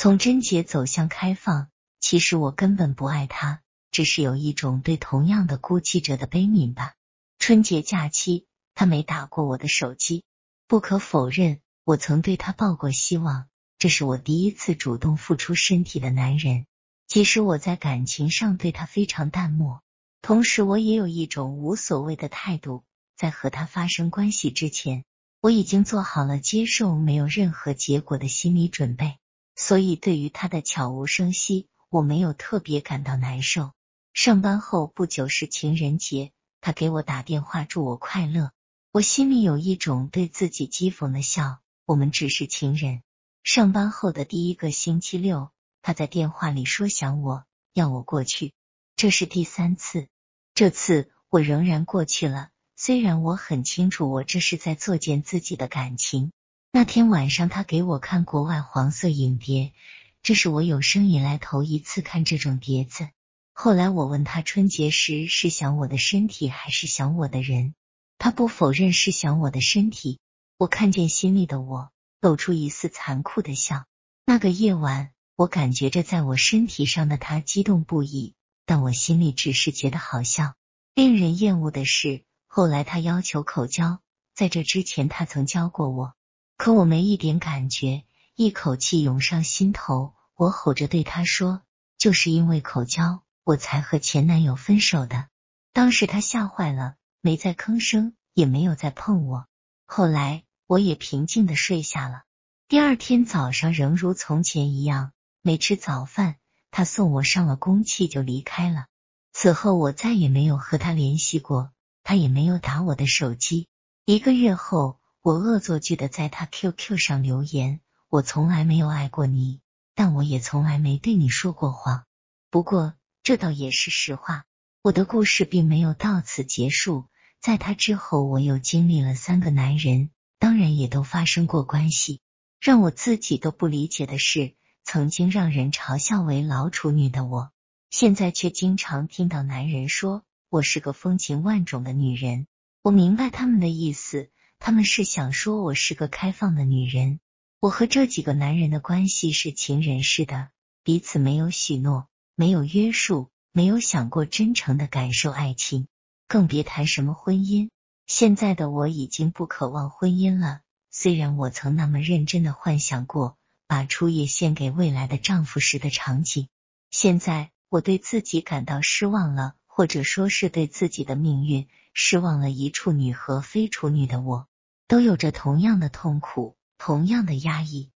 从贞洁走向开放，其实我根本不爱他，只是有一种对同样的孤寂者的悲悯吧。春节假期，他没打过我的手机。不可否认，我曾对他抱过希望，这是我第一次主动付出身体的男人。即使我在感情上对他非常淡漠，同时我也有一种无所谓的态度。在和他发生关系之前，我已经做好了接受没有任何结果的心理准备，所以对于他的悄无声息，我没有特别感到难受。上班后不久是情人节，他给我打电话祝我快乐，我心里有一种对自己讥讽的笑，我们只是情人。上班后的第一个星期六，他在电话里说想我，要我过去，这是第3次。这次我仍然过去了，虽然我很清楚我这是在作践自己的感情。那天晚上他给我看国外黄色影碟，这是我有生以来头一次看这种碟子。后来我问他春节时是想我的身体还是想我的人，他不否认是想我的身体。我看见心里的我露出一丝残酷的笑。那个夜晚，我感觉着在我身体上的他激动不已，但我心里只是觉得好笑。令人厌恶的是，后来他要求口交，在这之前他曾教过我，可我没一点感觉，一口气涌上心头。我吼着对他说，就是因为口交，我才和前男友分手的。当时他吓坏了，没再吭声，也没有再碰我。后来我也平静地睡下了。第二天早上仍如从前一样，没吃早饭，他送我上了公汽就离开了。此后我再也没有和他联系过，他也没有打我的手机。1个月后，我恶作剧的在他 QQ 上留言，我从来没有爱过你，但我也从来没对你说过谎。不过这倒也是实话。我的故事并没有到此结束，在他之后我又经历了3个男人，当然也都发生过关系。让我自己都不理解的是，曾经让人嘲笑为老处女的我，现在却经常听到男人说我是个风情万种的女人。我明白他们的意思，他们是想说我是个开放的女人。我和这几个男人的关系是情人式的，彼此没有许诺，没有约束，没有想过真诚的感受爱情，更别谈什么婚姻。现在的我已经不渴望婚姻了，虽然我曾那么认真的幻想过把初夜献给未来的丈夫时的场景。现在我对自己感到失望了，或者说是对自己的命运失望了。一处女和非处女的我都有着同样的痛苦，同样的压抑。